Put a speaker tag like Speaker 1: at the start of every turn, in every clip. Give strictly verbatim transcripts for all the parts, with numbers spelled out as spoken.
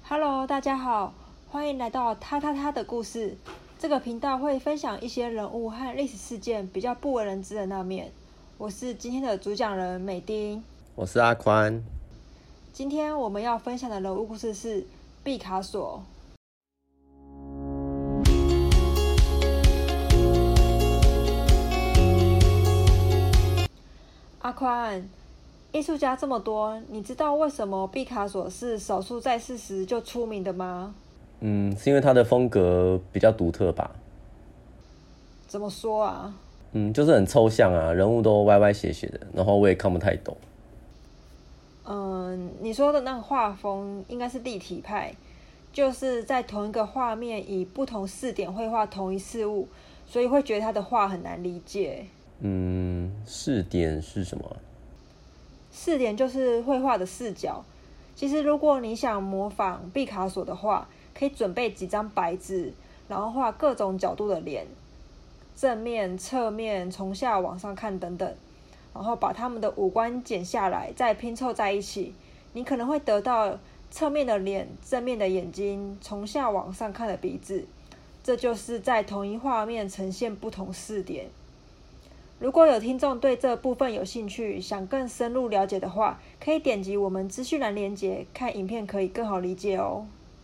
Speaker 1: Hello， 大家好，欢迎来到他他他的故事。这个频道会分享一些人物和历史事件比较不为人知的那面。我是今天的主讲人美丁，
Speaker 2: 我是阿宽。
Speaker 1: 今天我们要分享的人物故事是毕卡索。阿宽，艺术家这么多，你知道为什么毕卡索是少数在世时就出名的吗？
Speaker 2: 嗯，是因为他的风格比较独特吧？
Speaker 1: 怎么说啊？
Speaker 2: 嗯，就是很抽象啊，人物都歪歪斜斜的，然后我也看不太懂。
Speaker 1: 嗯，你说的那个画风应该是立体派，就是在同一个画面以不同视点绘画同一事物，所以会觉得他的画很难理解。
Speaker 2: 嗯，视点是什么？
Speaker 1: 视点就是绘画的视角。其实如果你想模仿毕卡索的画，可以准备几张白纸，然后画各种角度的脸，正面、侧面、从下往上看等等，然后把他们的五官剪下来，再拼凑在一起，你可能会得到侧面的脸、正面的眼睛、从下往上看的鼻子。这就是在同一画面呈现不同视点。如果有听众对这部分有兴趣，想更深入了解的话，可以点击我们资讯栏连结，看影片可以更好理解哦。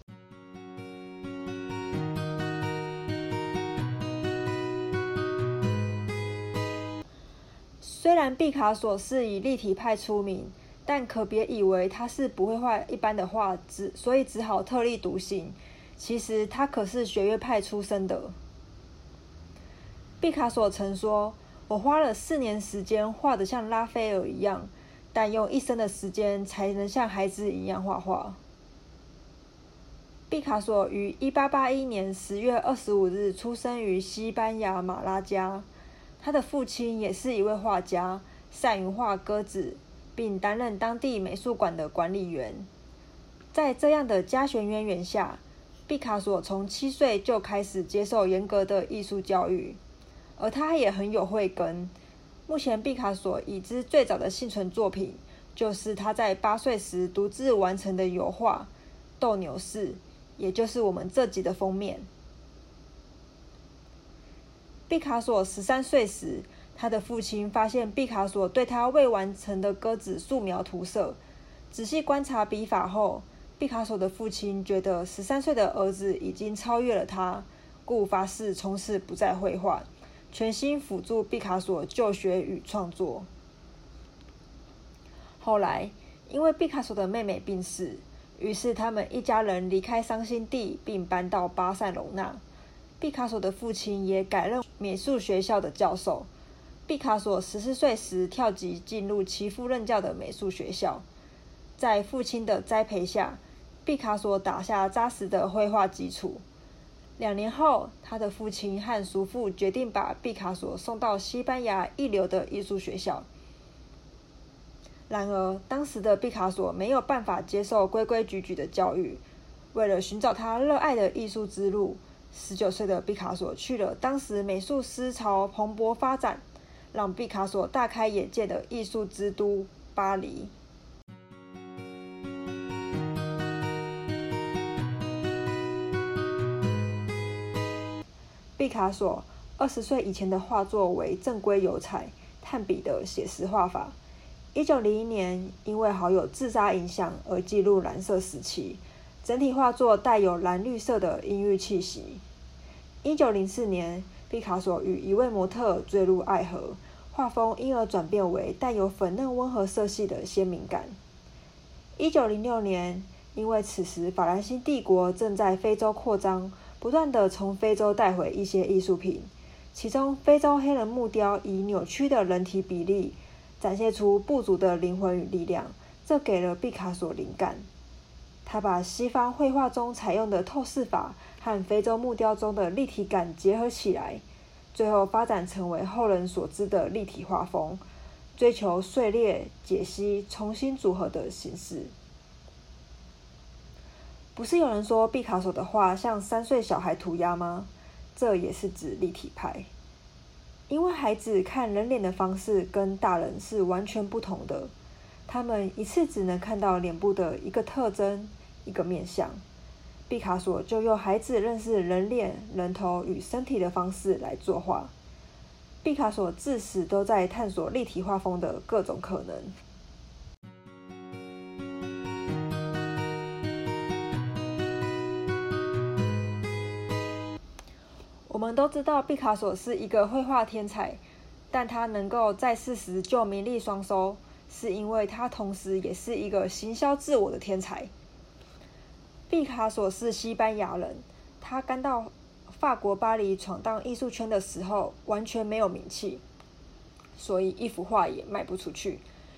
Speaker 1: 虽然毕卡索是以立体派出名，但可别以为他是不会画一般的画，所以只好特立独行。其实他可是学院派出身的。毕卡索曾说，我花了四年时间画得像拉斐尔一样，但用一生的时间才能像孩子一样画画。毕卡索于一八八一年十月二十五日出生于西班牙马拉加，他的父亲也是一位画家，善于画鸽子，并担任当地美术馆的管理员。在这样的家学渊源下，毕卡索从七岁就开始接受严格的艺术教育。而他也很有慧根。目前毕卡索已知最早的幸存作品，就是他在八岁时独自完成的油画《斗牛士》，也就是我们这集的封面。毕卡索十三岁时，他的父亲发现毕卡索对他未完成的鸽子素描涂色，仔细观察笔法后，毕卡索的父亲觉得十三岁的儿子已经超越了他，故发誓从此不再绘画，全心辅助毕卡索就学与创作。后来，因为毕卡索的妹妹病逝，于是他们一家人离开伤心地，并搬到巴塞隆纳。毕卡索的父亲也改任美术学校的教授。毕卡索十四岁时跳级进入其父任教的美术学校，在父亲的栽培下，毕卡索打下扎实的绘画基础。两年后，他的父亲和叔父决定把毕卡索送到西班牙一流的艺术学校。然而，当时的毕卡索没有办法接受规规矩矩的教育。为了寻找他热爱的艺术之路，十九岁的毕卡索去了当时美术思潮蓬勃发展，让毕卡索大开眼界的艺术之都巴黎。毕卡索二十岁以前的画作为正规油彩、炭笔的写实画法。一九零一年，因为好友自杀影响而记录蓝色时期，整体画作带有蓝绿色的阴郁气息。一九零四年，毕卡索与一位模特坠入爱河，画风因而转变为带有粉嫩温和色系的鲜明感。一九零六年，因为此时法兰西帝国正在非洲扩张，不断地从非洲带回一些艺术品，其中非洲黑人木雕以扭曲的人体比例展现出部族的灵魂与力量，这给了毕卡索灵感。他把西方绘画中采用的透视法和非洲木雕中的立体感结合起来，最后发展成为后人所知的立体画风，追求碎裂、解析、重新组合的形式。不是有人说毕卡索的画像三岁小孩涂鸦吗？这也是指立体派。因为孩子看人脸的方式跟大人是完全不同的，他们一次只能看到脸部的一个特征、一个面向， 毕卡索就用孩子认识人脸、人头与身体的方式来作画。毕卡索自始都在探索立体画风的各种可能。我们都知道毕卡索是一个绘画天才，但他能够在世时就名利双收，是因为他同时也是一个行销自我的天才。毕卡索是西班牙人，他刚到法国巴黎闯荡艺术圈的时候完全没有名气，所以一幅画也卖不出去。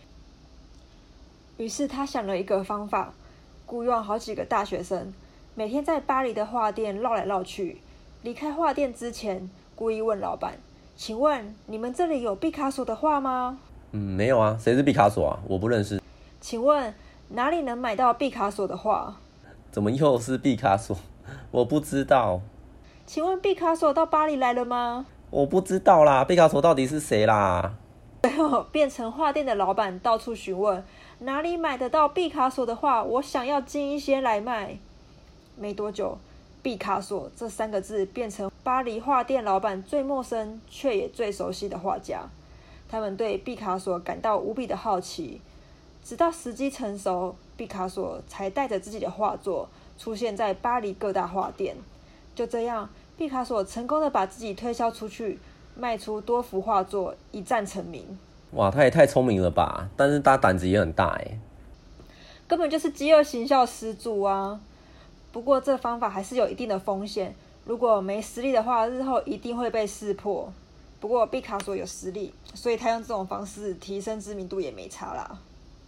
Speaker 1: 于是他想了一个方法，雇佣好几个大学生，每天在巴黎的画店绕来绕去。离开画店之前，故意问老板：“请问你们这里有毕卡索的画吗？”“
Speaker 2: 嗯，没有啊，谁是毕卡索啊？我不认识。”“
Speaker 1: 请问哪里能买到毕卡索的画？”“
Speaker 2: 怎么又是毕卡索？我不知道。”“
Speaker 1: 请问毕卡索到巴黎来了吗？”“
Speaker 2: 我不知道啦，毕卡索到底是谁啦？”
Speaker 1: 最后变成画店的老板到处询问，哪里买得到毕卡索的画？我想要进一些来卖。没多久，毕卡索这三个字变成巴黎画店老板最陌生却也最熟悉的画家。他们对毕卡索感到无比的好奇，直到时机成熟，毕卡索才带着自己的画作出现在巴黎各大画店。就这样，毕卡索成功的把自己推销出去，卖出多幅画作，一战成名。
Speaker 2: 哇，他也太聪明了吧！但是他胆子也很大哎，
Speaker 1: 根本就是饥饿行销始祖啊！不过这方法还是有一定的风险，如果没实力的话，日后一定会被识破。不过毕卡索有实力，所以他用这种方式提升知名度也没差啦。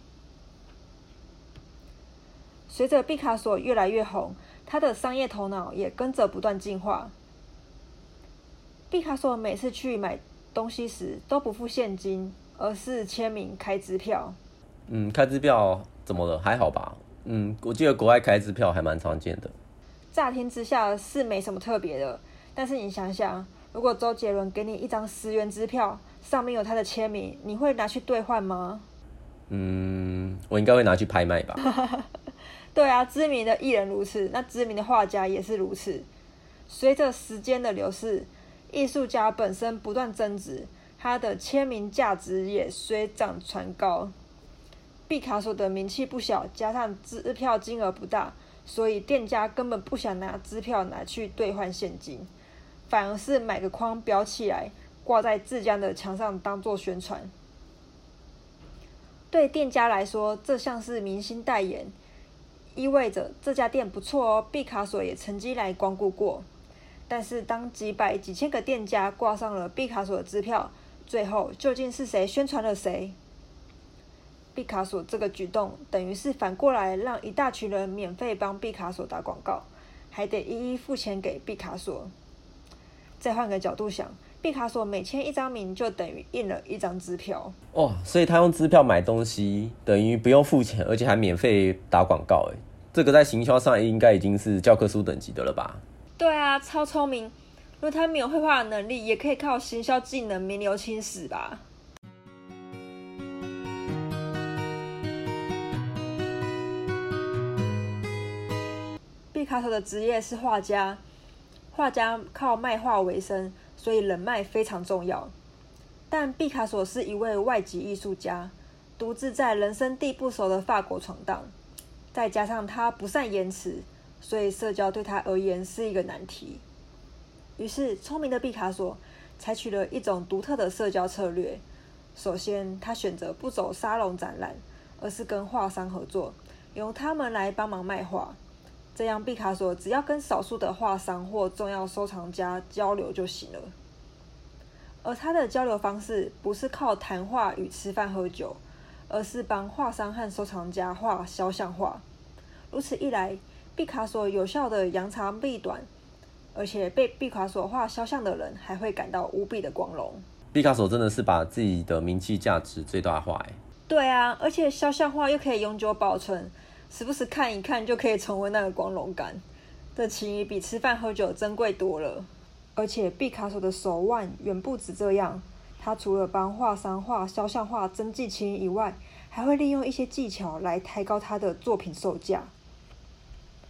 Speaker 1: 随着毕卡索越来越红，他的商业头脑也跟着不断进化。毕卡索每次去买东西时都不付现金，而是签名开支票。
Speaker 2: 嗯，开支票怎么了？还好吧。嗯，我记得国外开支票还蛮常见的。
Speaker 1: 乍听之下是没什么特别的，但是你想想，如果周杰伦给你一张十元支票，上面有他的签名，你会拿去兑换吗？
Speaker 2: 嗯，我应该会拿去拍卖吧。
Speaker 1: 对啊，知名的艺人如此，那知名的画家也是如此。随着时间的流逝，艺术家本身不断增值，他的签名价值也水涨船高。毕卡索的名气不小，加上支票金额不大，所以店家根本不想拿支票拿去兑换现金，反而是买个框裱起来，挂在自家的墙上当作宣传。对店家来说，这像是明星代言，意味着这家店不错哦，毕卡索也曾经来光顾过。但是当几百几千个店家挂上了毕卡索的支票，最后究竟是谁宣传了谁？毕卡索这个举动等于是反过来让一大群人免费帮毕卡索打广告，还得一一付钱给毕卡索。再换个角度想，毕卡索每签一张名就等于印了一张支票。
Speaker 2: 哇，所以他用支票买东西，等于不用付钱，而且还免费打广告，哎，这个在行销上应该已经是教科书等级的了吧？
Speaker 1: 对啊，超聪明。如果他没有绘画的能力，也可以靠行销技能名留青史吧。毕卡索的职业是画家，画家靠卖画为生，所以人脉非常重要。但毕卡索是一位外籍艺术家，独自在人生地不熟的法国闯荡，再加上他不善言辞，所以社交对他而言是一个难题。于是，聪明的毕卡索采取了一种独特的社交策略。首先，他选择不走沙龙展览，而是跟画商合作，由他们来帮忙卖画。这样，毕卡索只要跟少数的画商或重要收藏家交流就行了。而他的交流方式不是靠谈话与吃饭喝酒，而是帮画商和收藏家画肖像画。如此一来，毕卡索有效的扬长避短，而且被毕卡索画肖像的人还会感到无比的光荣。
Speaker 2: 毕卡索真的是把自己的名气价值最大化耶。
Speaker 1: 对啊，而且肖像画又可以永久保存，时不时看一看就可以重温那个光荣感，这情谊比吃饭喝酒珍贵多了。而且毕卡索的手腕远不止这样，他除了帮画商画肖像画增进情谊以外，还会利用一些技巧来抬高他的作品售价。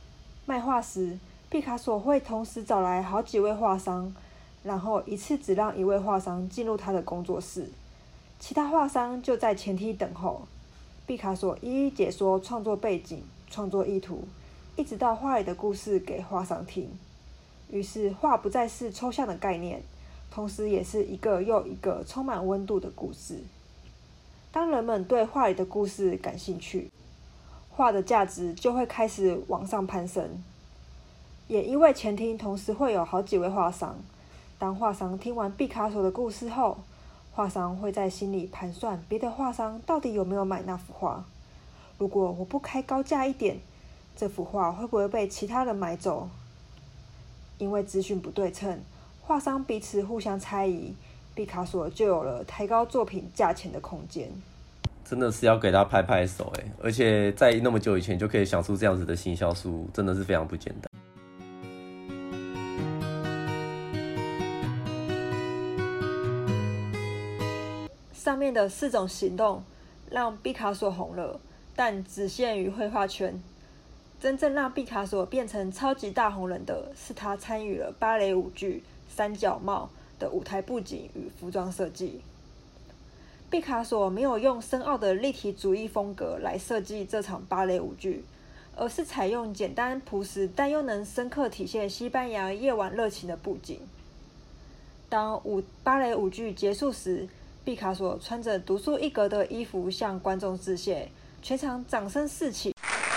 Speaker 1: 卖画时，毕卡索会同时找来好几位画商，然后一次只让一位画商进入他的工作室，其他画商就在前梯等候。毕卡索一一解说创作背景、创作意图，一直到画里的故事给画商听。于是画不再是抽象的概念，同时也是一个又一个充满温度的故事。当人们对画里的故事感兴趣，画的价值就会开始往上攀升。也因为前厅同时会有好几位画商，当画商听完毕卡索的故事后，画商会在心里盘算别的画商到底有没有买那幅画。如果我不开高价一点，这幅画会不会被其他人买走？因为资讯不对称，画商彼此互相猜疑，毕卡索就有了抬高作品价钱的空间。
Speaker 2: 真的是要给他拍拍手哎！而且在那么久以前就可以想出这样子的行销术，真的是非常不简单。
Speaker 1: 上面的四种行动让毕卡索红了，但只限于绘画圈。真正让毕卡索变成超级大红人的是他参与了芭蕾舞剧《三角帽》的舞台布景与服装设计。毕卡索没有用深奥的立体主义风格来设计这场芭蕾舞剧，而是采用简单朴实但又能深刻体现西班牙夜晚热情的布景。当舞芭蕾舞剧结束时，毕卡索穿着独树一格的衣服向观众致谢，全场掌声四起，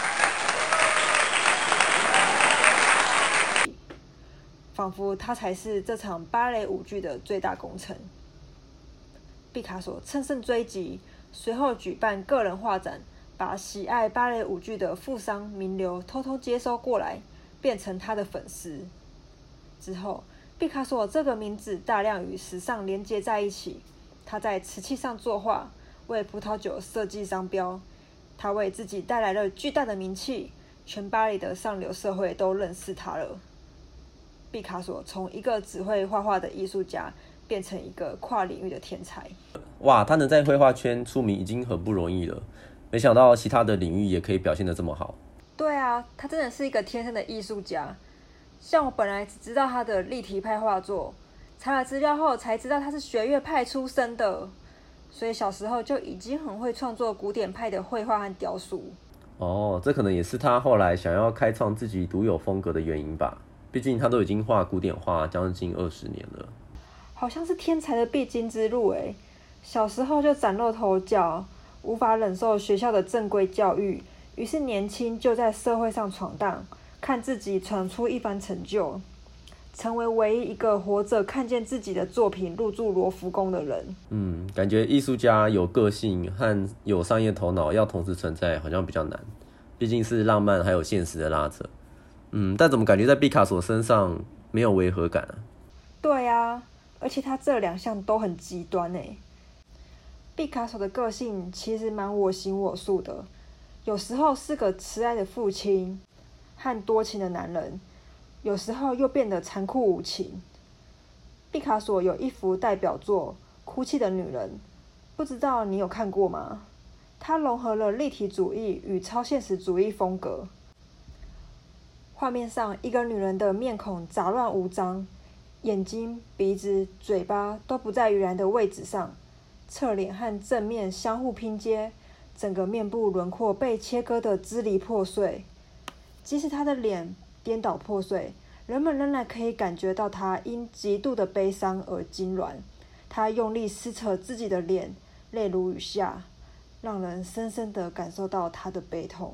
Speaker 1: 仿佛他才是这场芭蕾舞剧的最大功臣。毕卡索乘胜追击，随后举办个人画展，把喜爱芭蕾舞剧的富商名流偷偷接收过来，变成他的粉丝。之后，毕卡索这个名字大量与时尚连接在一起。他在瓷器上作画，为葡萄酒设计商标，他为自己带来了巨大的名气，全巴黎的上流社会都认识他了。毕卡索从一个只会画画的艺术家，变成一个跨领域的天才。
Speaker 2: 哇，他能在绘画圈出名已经很不容易了，没想到其他的领域也可以表现得这么好。
Speaker 1: 对啊，他真的是一个天生的艺术家。像我本来只知道他的立体派画作，查了资料后才知道他是学院派出身的，所以小时候就已经很会创作古典派的绘画和雕塑。
Speaker 2: 哦，这可能也是他后来想要开创自己独有风格的原因吧。毕竟他都已经画古典画将近二十年了。
Speaker 1: 好像是天才的必经之路诶。小时候就崭露头角，无法忍受学校的正规教育，于是年轻就在社会上闯荡，看自己闯出一番成就，成为唯一一个活着看见自己的作品入住罗浮宫的人。
Speaker 2: 嗯，感觉艺术家有个性和有商业头脑要同时存在好像比较难，毕竟是浪漫还有现实的拉扯。嗯，但怎么感觉在毕卡索身上没有违和感啊？
Speaker 1: 对啊，而且他这两项都很极端诶。毕卡索的个性其实蛮我行我素的，有时候是个慈爱的父亲和多情的男人，有时候又变得残酷无情。毕卡索有一幅代表作《哭泣的女人》，不知道你有看过吗？它融合了立体主义与超现实主义风格。画面上一个女人的面孔杂乱无章，眼睛、鼻子、嘴巴都不在原来的位置上，侧脸和正面相互拼接，整个面部轮廓被切割得支离破碎。即使她的脸颠倒破碎，人们仍然可以感觉到她因极度的悲伤而痉挛。她用力撕扯自己的脸，泪如雨下，让人深深地感受到她的悲痛。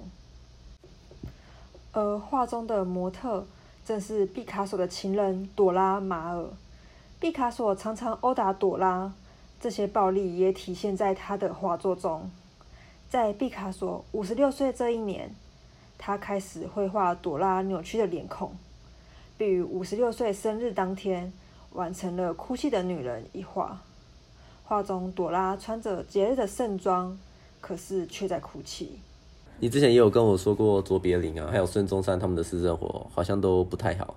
Speaker 1: 而画中的模特正是毕卡索的情人朵拉·马尔。毕卡索常常殴打朵拉，这些暴力也体现在他的画作中。在毕卡索五十六岁这一年，他开始绘画朵拉扭曲的脸孔，并于五十六岁生日当天完成了《哭泣的女人》一画。画中朵拉穿着节日的盛装，可是却在哭泣。
Speaker 2: 你之前也有跟我说过，卓别林啊，还有孙中山他们的私生活好像都不太好。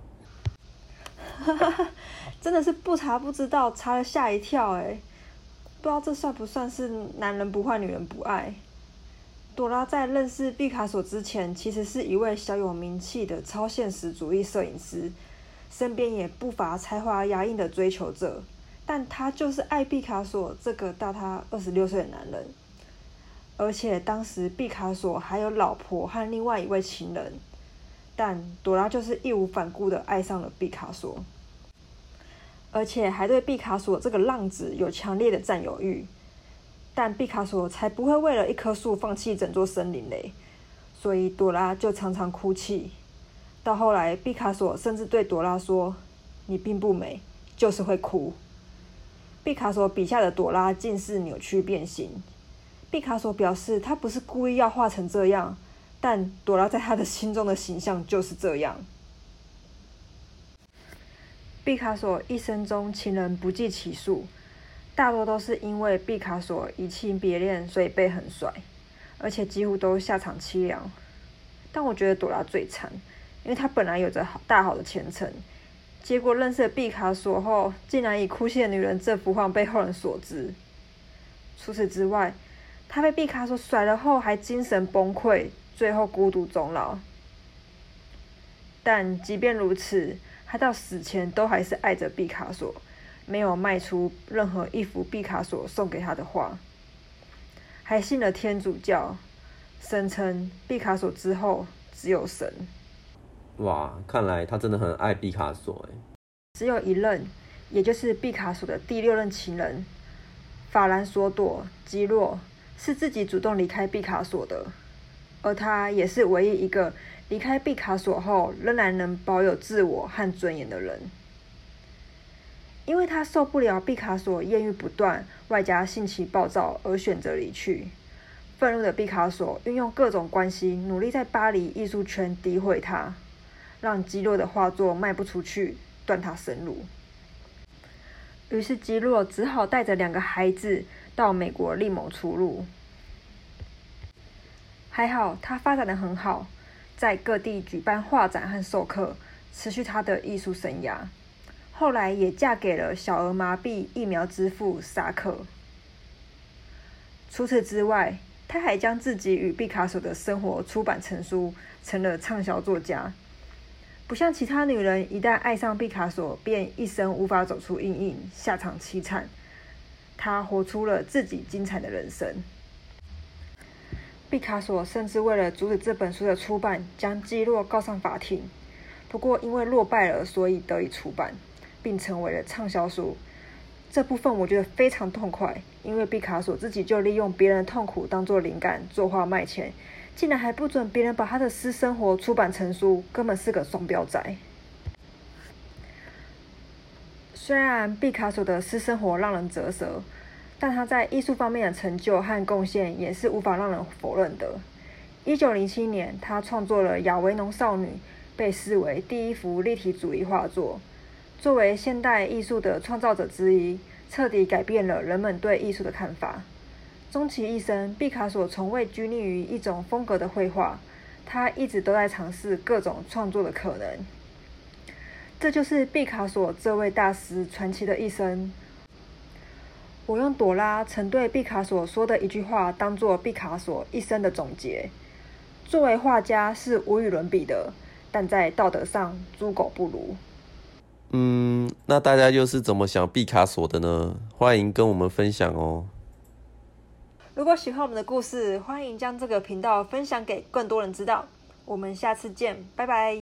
Speaker 1: 真的是不查不知道，查了吓一跳哎！不知道这算不算是男人不坏女人不爱？ 朵拉在认识毕卡索之前，其实是一位小有名气的超现实主义摄影师，身边也不乏才华洋溢的追求者，但她就是爱毕卡索这个大她二十六岁的男人。而且当时毕卡索还有老婆和另外一位情人，但朵拉就是义无反顾地爱上了毕卡索，而且还对毕卡索这个浪子有强烈的占有欲。但毕卡索才不会为了一棵树放弃整座森林嘞，所以朵拉就常常哭泣。到后来，毕卡索甚至对朵拉说：“你并不美，就是会哭。”毕卡索笔下的朵拉竟是扭曲变形。毕卡索表示他不是故意要画成这样，但朵拉在他的心中的形象就是这样。毕卡索一生中情人不计其数，大多都是因为毕卡索移情别恋，所以被横甩，而且几乎都下场凄凉。但我觉得朵拉最惨，因为她本来有着大好的前程，结果认识了毕卡索后，竟然以哭泣的女人这幅画被后人所知。除此之外，她被毕卡索甩了后还精神崩溃，最后孤独终老。但即便如此，她到死前都还是爱着毕卡索，没有卖出任何一幅毕卡索送给他的画，还信了天主教，声称毕卡索之后只有神。
Speaker 2: 哇，看来他真的很爱毕卡索耶。
Speaker 1: 只有一任，也就是毕卡索的第六任情人法兰索朵·基洛，是自己主动离开毕卡索的，而他也是唯一一个离开毕卡索后仍然能保有自我和尊严的人。因为他受不了毕卡索艳遇不断，外加性情暴躁而选择离去。愤怒的毕卡索运用各种关系，努力在巴黎艺术圈诋毁他，让基洛的画作卖不出去，断他生路。于是基洛只好带着两个孩子到美国另谋出路。还好他发展得很好，在各地举办画展和授课，持续他的艺术生涯。后来也嫁给了小儿麻痹疫苗之父沙克。除此之外，他还将自己与毕卡索的生活出版成书，成了畅销作家。不像其他女人一旦爱上毕卡索便一生无法走出阴影，下场凄惨。她活出了自己精彩的人生。毕卡索甚至为了阻止这本书的出版，将基洛告上法庭，不过因为落败了，所以得以出版，并成为了畅销书。这部分我觉得非常痛快，因为毕卡索自己就利用别人的痛苦当作灵感，作画卖钱，竟然还不准别人把他的私生活出版成书，根本是个双标仔。虽然毕卡索的私生活让人啧舌，但他在艺术方面的成就和贡献也是无法让人否认的。一九零七年，他创作了《亚维农少女》，被视为第一幅立体主义画作。作为现代艺术的创造者之一，彻底改变了人们对艺术的看法。终其一生，毕卡索从未拘泥于一种风格的绘画，他一直都在尝试各种创作的可能。这就是毕卡索这位大师传奇的一生。我用朵拉曾对毕卡索说的一句话当作毕卡索一生的总结：作为画家是无与伦比的，但在道德上猪狗不如。
Speaker 2: 嗯，那大家又是怎么想毕卡索的呢？欢迎跟我们分享哦。
Speaker 1: 如果喜欢我们的故事，欢迎将这个频道分享给更多人知道。我们下次见，拜拜。